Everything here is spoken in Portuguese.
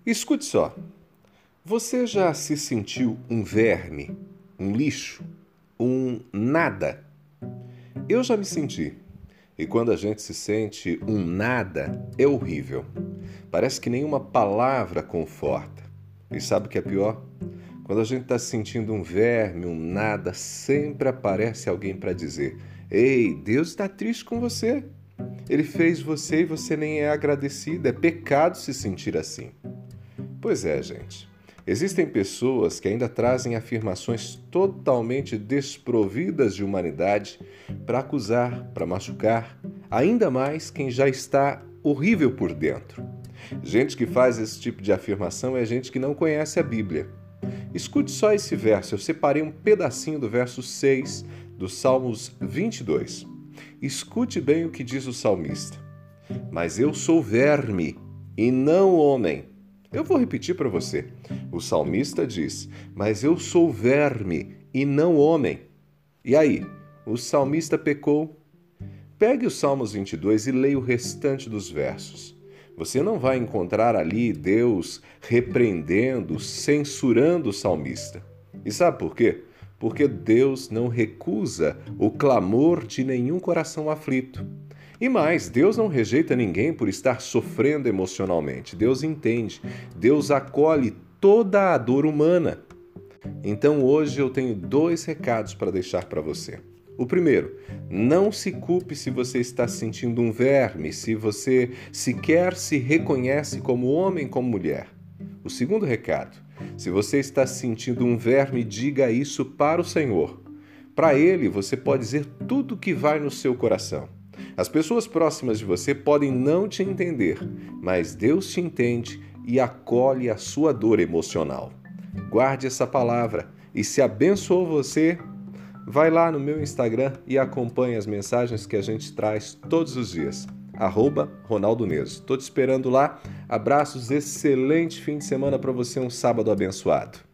Escute só. Você já se sentiu um verme, um lixo, um nada? Eu já me senti. E quando a gente se sente um nada, é horrível. Parece que nenhuma palavra conforta. E sabe o que é pior? Quando a gente está se sentindo um verme, um nada, sempre aparece alguém para dizer: Ei, Deus está triste com você. Ele fez você e você nem é agradecido. É pecado se sentir assim. Pois é, gente. Existem pessoas que ainda trazem afirmações totalmente desprovidas de humanidade para acusar, para machucar, ainda mais quem já está horrível por dentro. Gente que faz esse tipo de afirmação é gente que não conhece a Bíblia. Escute só esse verso, eu separei um pedacinho do verso 6 do Salmos 22. Escute bem o que diz o salmista. Mas eu sou verme e não homem. Eu vou repetir para você. O salmista diz: Mas eu sou verme e não homem. E aí, o salmista pecou? Pegue o Salmos 22 e leia o restante dos versos. Você não vai encontrar ali Deus repreendendo, censurando o salmista. E sabe por quê? Porque Deus não recusa o clamor de nenhum coração aflito. E mais, Deus não rejeita ninguém por estar sofrendo emocionalmente. Deus entende, Deus acolhe toda a dor humana. Então hoje eu tenho 2 recados para deixar para você. O primeiro, não se culpe se você está sentindo um verme, se você sequer se reconhece como homem, como mulher. O segundo recado, se você está sentindo um verme, diga isso para o Senhor. Para Ele, você pode dizer tudo o que vai no seu coração. As pessoas próximas de você podem não te entender, mas Deus te entende e acolhe a sua dor emocional. Guarde essa palavra e se abençoou você, vai lá no meu Instagram e acompanhe as mensagens que a gente traz todos os dias. @Ronaldo Neso. Estou te esperando lá. Abraços, excelente fim de semana para você, um sábado abençoado.